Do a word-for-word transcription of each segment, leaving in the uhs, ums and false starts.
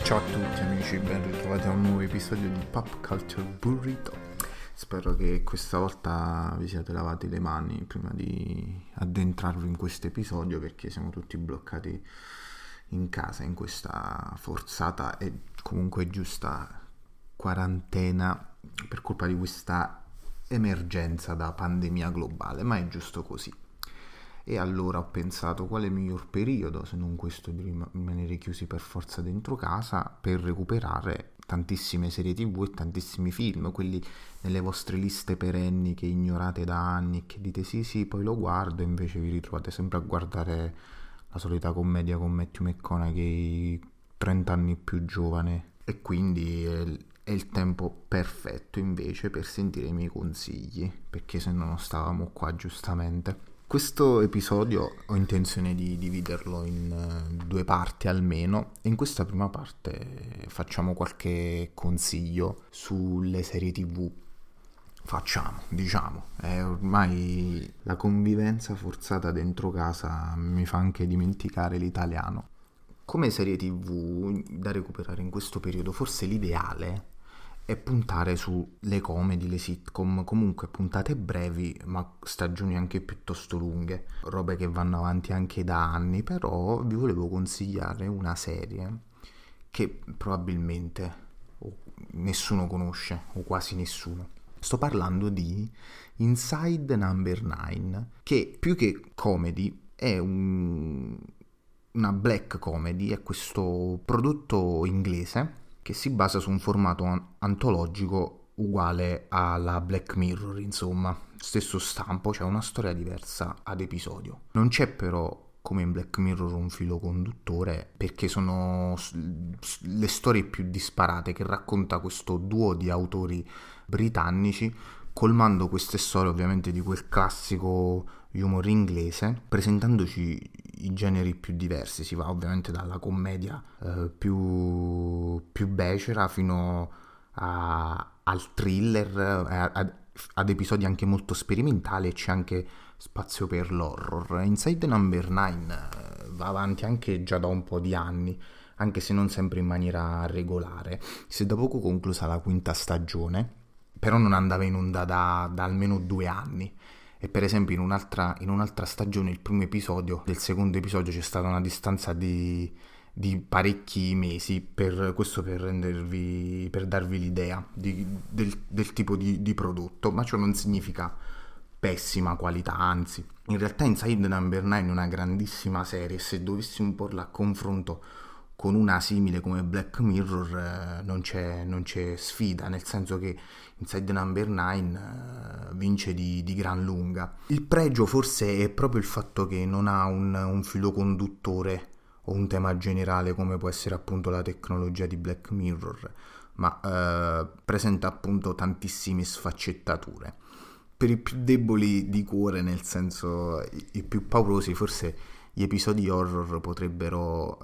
Ciao a tutti amici, ben ritrovati a un nuovo episodio di Pop Culture Burrito. Spero che questa volta vi siate lavati le mani prima di addentrarvi in questo episodio, perché siamo tutti bloccati in casa in questa forzata e comunque giusta quarantena per colpa di questa emergenza da pandemia globale, ma è giusto così. E allora ho pensato quale miglior periodo se non questo di rimanere chiusi per forza dentro casa per recuperare tantissime serie tv e tantissimi film, quelli nelle vostre liste perenni che ignorate da anni e che dite sì sì poi lo guardo, e invece vi ritrovate sempre a guardare la solita commedia con Matthew McConaughey trenta anni più giovane, e quindi è, è il tempo perfetto invece per sentire i miei consigli, perché se no non stavamo qua giustamente. Questo episodio ho intenzione di dividerlo in uh, due parti almeno, e in questa prima parte facciamo qualche consiglio sulle serie tv. Facciamo, diciamo, è ormai la convivenza forzata dentro casa mi fa anche dimenticare l'italiano. Come serie tv da recuperare in questo periodo, forse l'ideale è puntare sulle comedy, le sitcom, comunque puntate brevi ma stagioni anche piuttosto lunghe, robe che vanno avanti anche da anni. Però vi volevo consigliare una serie che probabilmente nessuno conosce, o quasi nessuno. Sto parlando di Inside Number nine, che più che comedy è un, una black comedy, è questo prodotto inglese che si basa su un formato antologico uguale alla Black Mirror, insomma, stesso stampo, c'è cioè una storia diversa ad episodio. Non c'è però, come in Black Mirror, un filo conduttore, perché sono le storie più disparate che racconta questo duo di autori britannici, colmando queste storie ovviamente di quel classico humor inglese, presentandoci i generi più diversi. Si va ovviamente dalla commedia eh, più, più becera fino a, al thriller, a, a, ad episodi anche molto sperimentali, e c'è anche spazio per l'horror. Inside Number nine eh, va avanti anche già da un po' di anni, anche se non sempre in maniera regolare. Si è da poco conclusa la quinta stagione, però non andava in onda da, da almeno due anni. E per esempio in un'altra, in un'altra stagione, il primo episodio del secondo episodio, c'è stata una distanza di, di parecchi mesi, per questo per rendervi, per darvi l'idea di, del, del tipo di, di prodotto. Ma ciò non significa pessima qualità, anzi in realtà Inside Number nine è una grandissima serie. Se dovessimo porla a confronto con una simile come Black Mirror eh, non, c'è, non c'è sfida, nel senso che Inside Number nine eh, vince di, di gran lunga. Il pregio forse è proprio il fatto che non ha un, un filo conduttore o un tema generale come può essere appunto la tecnologia di Black Mirror, ma eh, presenta appunto tantissime sfaccettature. Per i più deboli di cuore, nel senso i, i più paurosi, forse gli episodi horror potrebbero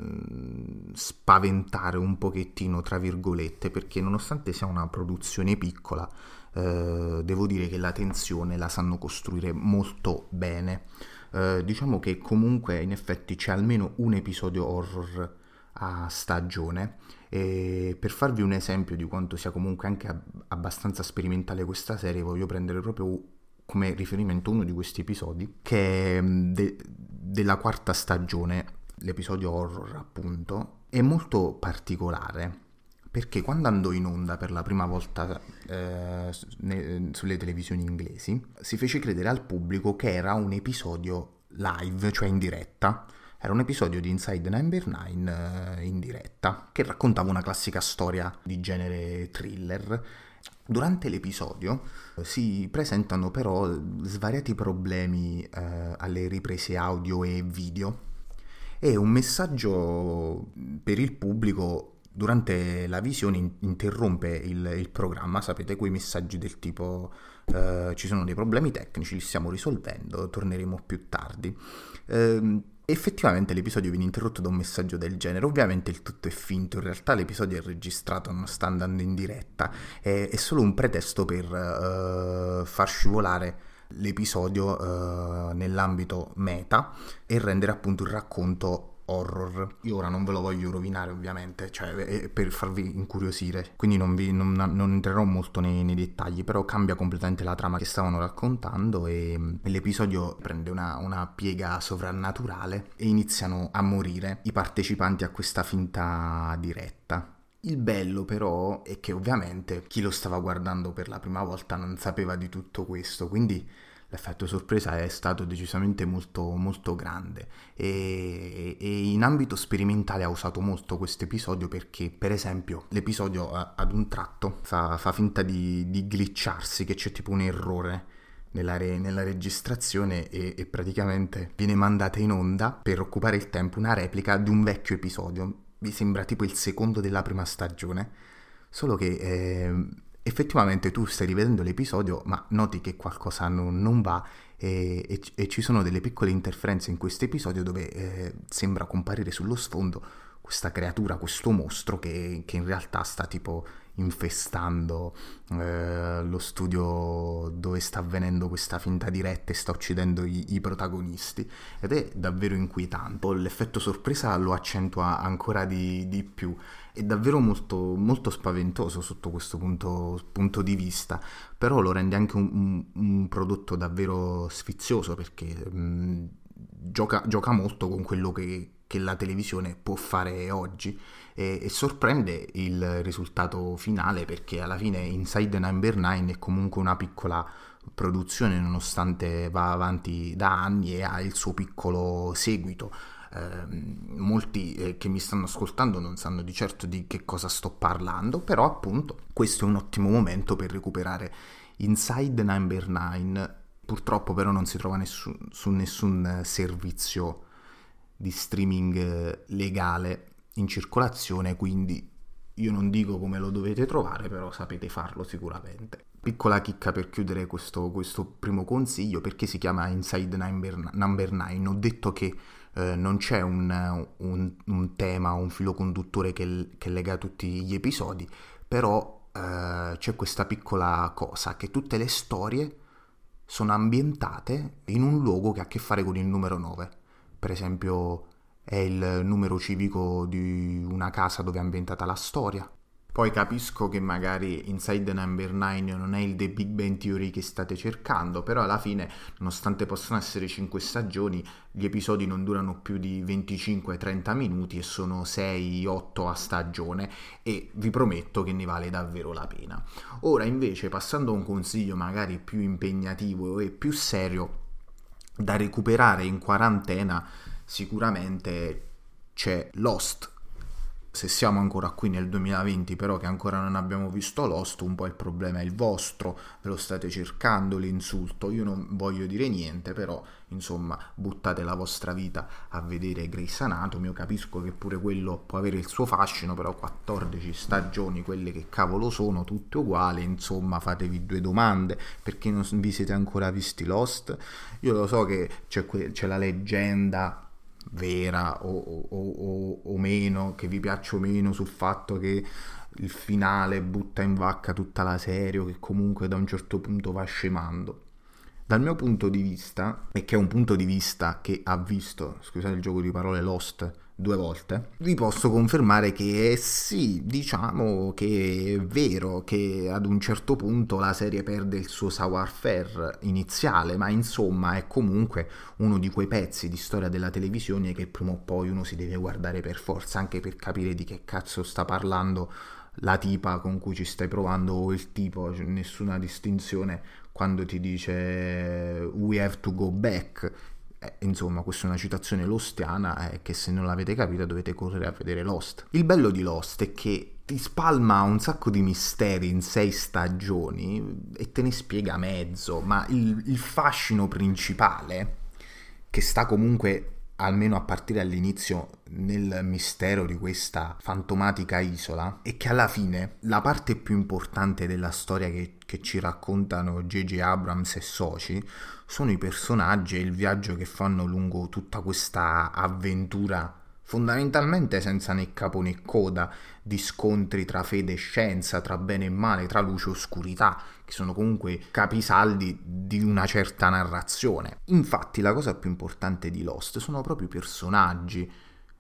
eh, spaventare un pochettino, tra virgolette, perché nonostante sia una produzione piccola, eh, devo dire che la tensione la sanno costruire molto bene. Eh, diciamo che comunque in effetti c'è almeno un episodio horror a stagione, e per farvi un esempio di quanto sia comunque anche ab- abbastanza sperimentale questa serie, voglio prendere proprio come riferimento uno di questi episodi, che è de- della quarta stagione, l'episodio horror appunto. È molto particolare perché quando andò in onda per la prima volta eh, ne- sulle televisioni inglesi, si fece credere al pubblico che era un episodio live, cioè in diretta. Era un episodio di Inside Number nine eh, in diretta, che raccontava una classica storia di genere thriller. Durante l'episodio si presentano però svariati problemi eh, alle riprese audio e video, e un messaggio per il pubblico durante la visione interrompe il, il programma. Sapete, quei messaggi del tipo eh, ci sono dei problemi tecnici, li stiamo risolvendo, torneremo più tardi. Eh, Effettivamente l'episodio viene interrotto da un messaggio del genere. Ovviamente il tutto è finto, in realtà l'episodio è registrato, non sta andando in diretta, è, è solo un pretesto per uh, far scivolare l'episodio uh, nell'ambito meta e rendere appunto il racconto horror. Io ora non ve lo voglio rovinare ovviamente, cioè per farvi incuriosire, quindi non, vi, non, non entrerò molto nei, nei dettagli, però cambia completamente la trama che stavano raccontando e l'episodio prende una, una piega sovrannaturale e iniziano a morire i partecipanti a questa finta diretta. Il bello però è che ovviamente chi lo stava guardando per la prima volta non sapeva di tutto questo, quindi l'effetto sorpresa è stato decisamente molto, molto grande e, e in ambito sperimentale ha usato molto questo episodio perché per esempio l'episodio ad un tratto fa, fa finta di, di glitcharsi, che c'è tipo un errore nella, re, nella registrazione e, e praticamente viene mandata in onda per occupare il tempo una replica di un vecchio episodio. Mi sembra tipo il secondo della prima stagione, solo che eh, effettivamente tu stai rivedendo l'episodio ma noti che qualcosa non, non va e, e, e ci sono delle piccole interferenze in questo episodio dove eh, sembra comparire sullo sfondo questa creatura, questo mostro che, che in realtà sta tipo infestando eh, lo studio dove sta avvenendo questa finta diretta e sta uccidendo i, i protagonisti, ed è davvero inquietante. L'effetto sorpresa lo accentua ancora di, di più, è davvero molto, molto spaventoso sotto questo punto, punto di vista, però lo rende anche un, un, un prodotto davvero sfizioso perché mh, gioca, gioca molto con quello che che la televisione può fare oggi e, e sorprende il risultato finale perché alla fine Inside Number nine è comunque una piccola produzione nonostante va avanti da anni e ha il suo piccolo seguito. Eh, molti eh, che mi stanno ascoltando non sanno di certo di che cosa sto parlando, però appunto questo è un ottimo momento per recuperare Inside Number nine. Purtroppo però non si trova nessun, su nessun servizio di streaming legale in circolazione, quindi io non dico come lo dovete trovare, però sapete farlo sicuramente. Piccola chicca per chiudere questo, questo primo consiglio: perché si chiama Inside Number, Number nine? Ho detto che eh, non c'è un, un, un tema, un filo conduttore che, che lega tutti gli episodi, però eh, c'è questa piccola cosa, che tutte le storie sono ambientate in un luogo che ha a che fare con il numero nove. Per esempio è il numero civico di una casa dove è ambientata la storia. Poi capisco che magari Inside Number nine non è il The Big Bang Theory che state cercando, però alla fine, nonostante possano essere cinque stagioni, gli episodi non durano più di venticinque trenta minuti e sono sei otto a stagione e vi prometto che ne vale davvero la pena. Ora invece, passando a un consiglio magari più impegnativo e più serio da recuperare in quarantena, sicuramente c'è Lost. Se siamo ancora qui nel duemilaventi però che ancora non abbiamo visto Lost, un po' il problema è il vostro, ve lo state cercando l'insulto, io non voglio dire niente, però insomma buttate la vostra vita a vedere Grey's Anatomy. Io capisco che pure quello può avere il suo fascino, però quattordici stagioni, quelle che cavolo sono, tutte uguali, insomma fatevi due domande: perché non vi siete ancora visti Lost? Io lo so che c'è, que- c'è la leggenda vera o, o, o, o meno, che vi piaccia o meno, sul fatto che il finale butta in vacca tutta la serie o che comunque da un certo punto va scemando. Dal mio punto di vista, e che è un punto di vista che ha visto, scusate il gioco di parole, Lost due volte, vi posso confermare che sì, diciamo che è vero che ad un certo punto la serie perde il suo savoir-faire iniziale, ma insomma è comunque uno di quei pezzi di storia della televisione che prima o poi uno si deve guardare per forza, anche per capire di che cazzo sta parlando la tipa con cui ci stai provando o il tipo, cioè nessuna distinzione quando ti dice we have to go back. Eh, insomma, questa è una citazione lostiana eh, che se non l'avete capita dovete correre a vedere Lost. Il bello di Lost è che ti spalma un sacco di misteri in sei stagioni e te ne spiega mezzo, ma il, il fascino principale, che sta comunque almeno a partire all'inizio nel mistero di questa fantomatica isola, è che alla fine la parte più importante della storia che, che ci raccontano J J Abrams e soci sono i personaggi e il viaggio che fanno lungo tutta questa avventura, fondamentalmente senza né capo né coda, di scontri tra fede e scienza, tra bene e male, tra luce e oscurità, che sono comunque capisaldi di una certa narrazione. Infatti la cosa più importante di Lost sono proprio i personaggi,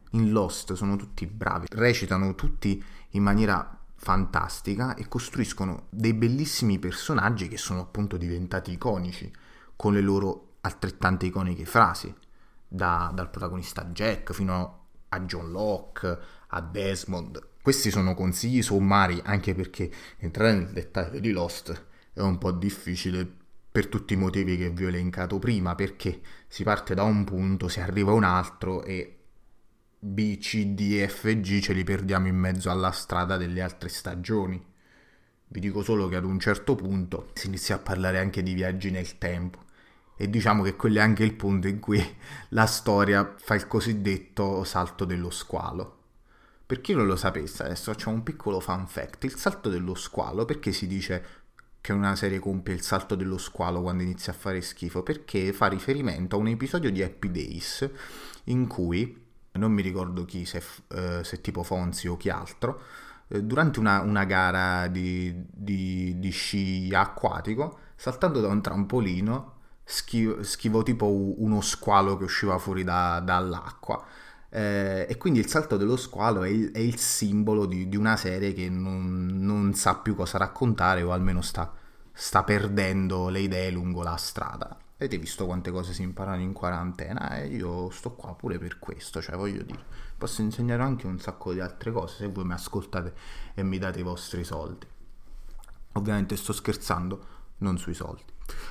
in Lost sono tutti bravi, recitano tutti in maniera fantastica e costruiscono dei bellissimi personaggi che sono appunto diventati iconici, con le loro altrettante iconiche frasi, da, dal protagonista Jack fino a John Locke, a Desmond. Questi sono consigli sommari, anche perché entrare nel dettaglio di Lost è un po' difficile per tutti i motivi che vi ho elencato prima, perché si parte da un punto, si arriva a un altro e B, C, D, E, F e G ce li perdiamo in mezzo alla strada delle altre stagioni. Vi dico solo che ad un certo punto si inizia a parlare anche di viaggi nel tempo e diciamo che quello è anche il punto in cui la storia fa il cosiddetto salto dello squalo. Per chi non lo sapesse, adesso c'è un piccolo fun fact. Il salto dello squalo, perché si dice che una serie compie il salto dello squalo quando inizia a fare schifo? Perché fa riferimento a un episodio di Happy Days in cui, non mi ricordo chi, se, eh, se tipo Fonzi o chi altro, eh, durante una, una gara di, di, di sci acquatico, saltando da un trampolino, schi- schivò tipo uno squalo che usciva fuori da, dall'acqua. Eh, e quindi il salto dello squalo è il, è il simbolo di, di una serie che non, non sa più cosa raccontare, o almeno sta, sta perdendo le idee lungo la strada. Avete visto quante cose si imparano in quarantena? E io sto qua pure per questo, cioè voglio dire, posso insegnare anche un sacco di altre cose se voi mi ascoltate e mi date i vostri soldi. Ovviamente sto scherzando, non sui soldi.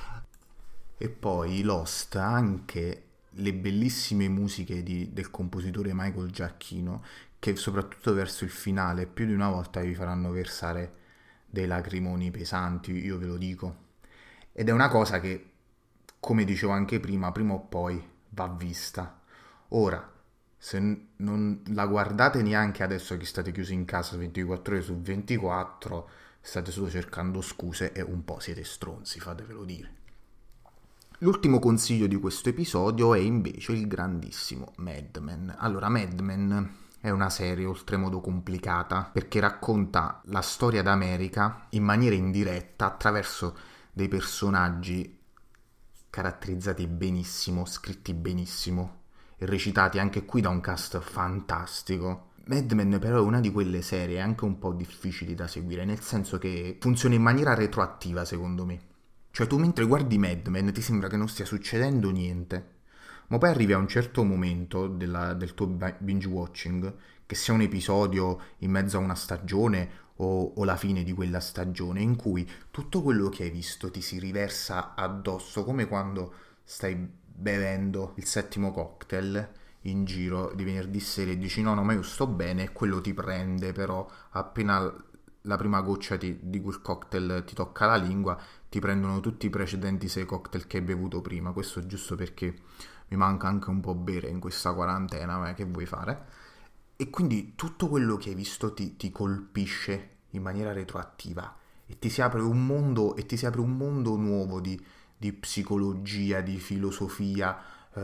E poi Lost ha anche le bellissime musiche di, del compositore Michael Giacchino, che soprattutto verso il finale più di una volta vi faranno versare dei lacrimoni pesanti, io ve lo dico. Ed è una cosa che, come dicevo anche prima, prima o poi va vista. Ora, se non la guardate neanche adesso che state chiusi in casa ventiquattro ore su ventiquattro, state solo cercando scuse e un po' siete stronzi, fatevelo dire. L'ultimo consiglio di questo episodio è invece il grandissimo Mad Men. Allora, Mad Men è una serie oltremodo complicata perché racconta la storia d'America in maniera indiretta attraverso dei personaggi caratterizzati benissimo, scritti benissimo e recitati anche qui da un cast fantastico. Mad Men però è una di quelle serie anche un po' difficili da seguire, nel senso che funziona in maniera retroattiva secondo me. Cioè tu mentre guardi Mad Men ti sembra che non stia succedendo niente, ma poi arrivi a un certo momento della, del tuo binge watching, che sia un episodio in mezzo a una stagione o, o la fine di quella stagione, in cui tutto quello che hai visto ti si riversa addosso, come quando stai bevendo il settimo cocktail in giro di venerdì sera e dici no no ma io sto bene, e quello ti prende però appena la prima goccia ti, di quel cocktail ti tocca la lingua, ti prendono tutti i precedenti sei cocktail che hai bevuto prima. Questo giusto perché mi manca anche un po' bere in questa quarantena, ma che vuoi fare? E quindi tutto quello che hai visto ti, ti colpisce in maniera retroattiva e ti si apre un mondo, e ti si apre un mondo nuovo di, di psicologia, di filosofia,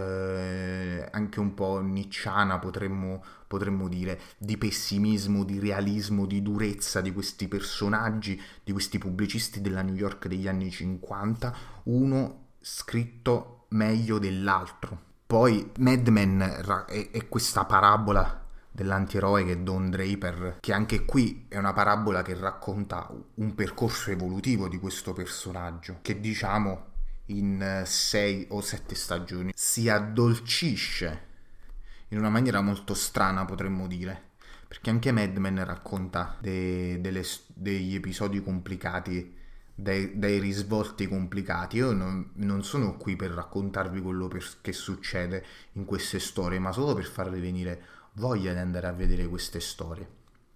eh, anche un po' nicciana potremmo, potremmo dire, di pessimismo, di realismo, di durezza di questi personaggi, di questi pubblicisti della New York degli anni cinquanta, uno scritto meglio dell'altro. Poi Mad Men è, è questa parabola dell'antieroe che è Don Draper, che anche qui è una parabola che racconta un percorso evolutivo di questo personaggio, che diciamo in sei o sette stagioni si addolcisce in una maniera molto strana, potremmo dire, perché anche Mad Men racconta de, delle, degli episodi complicati, dei, dei risvolti complicati. Io non, non sono qui per raccontarvi quello per, che succede in queste storie, ma solo per farvi venire voglia di andare a vedere queste storie.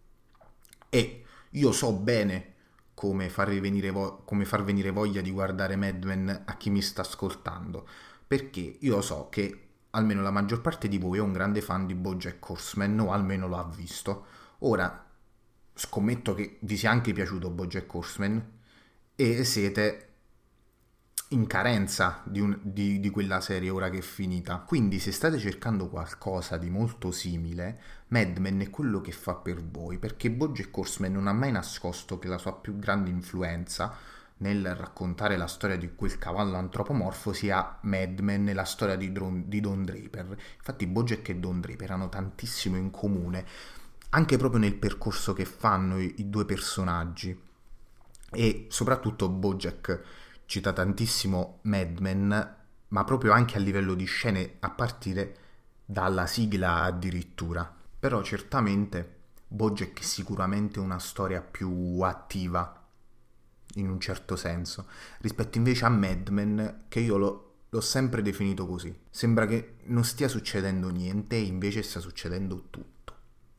E io so bene come farvi venire vo- come far venire voglia di guardare Mad Men a chi mi sta ascoltando, perché io so che almeno la maggior parte di voi è un grande fan di BoJack Horseman, o almeno lo ha visto. Ora scommetto che vi sia anche piaciuto BoJack Horseman e siete in carenza di, un, di, di quella serie ora che è finita. Quindi se state cercando qualcosa di molto simile, Mad Men è quello che fa per voi, perché BoJack Horseman non ha mai nascosto che la sua più grande influenza nel raccontare la storia di quel cavallo antropomorfo sia Mad Men e la storia di Don, di Don Draper. Infatti BoJack e Don Draper hanno tantissimo in comune, anche proprio nel percorso che fanno i, i due personaggi. E soprattutto BoJack cita tantissimo Mad Men, ma proprio anche a livello di scene, a partire dalla sigla addirittura. Però certamente BoJack è sicuramente una storia più attiva, in un certo senso, rispetto invece a Mad Men, che io lo, l'ho sempre definito così. Sembra che non stia succedendo niente e invece sta succedendo tutto.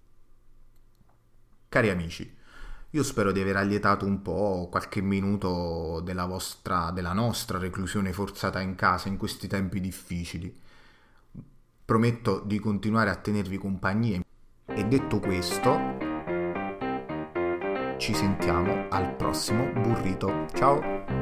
Cari amici, io spero di aver allietato un po' qualche minuto della vostra, della nostra reclusione forzata in casa in questi tempi difficili. Prometto di continuare a tenervi compagnia e detto questo, ci sentiamo al prossimo burrito. Ciao!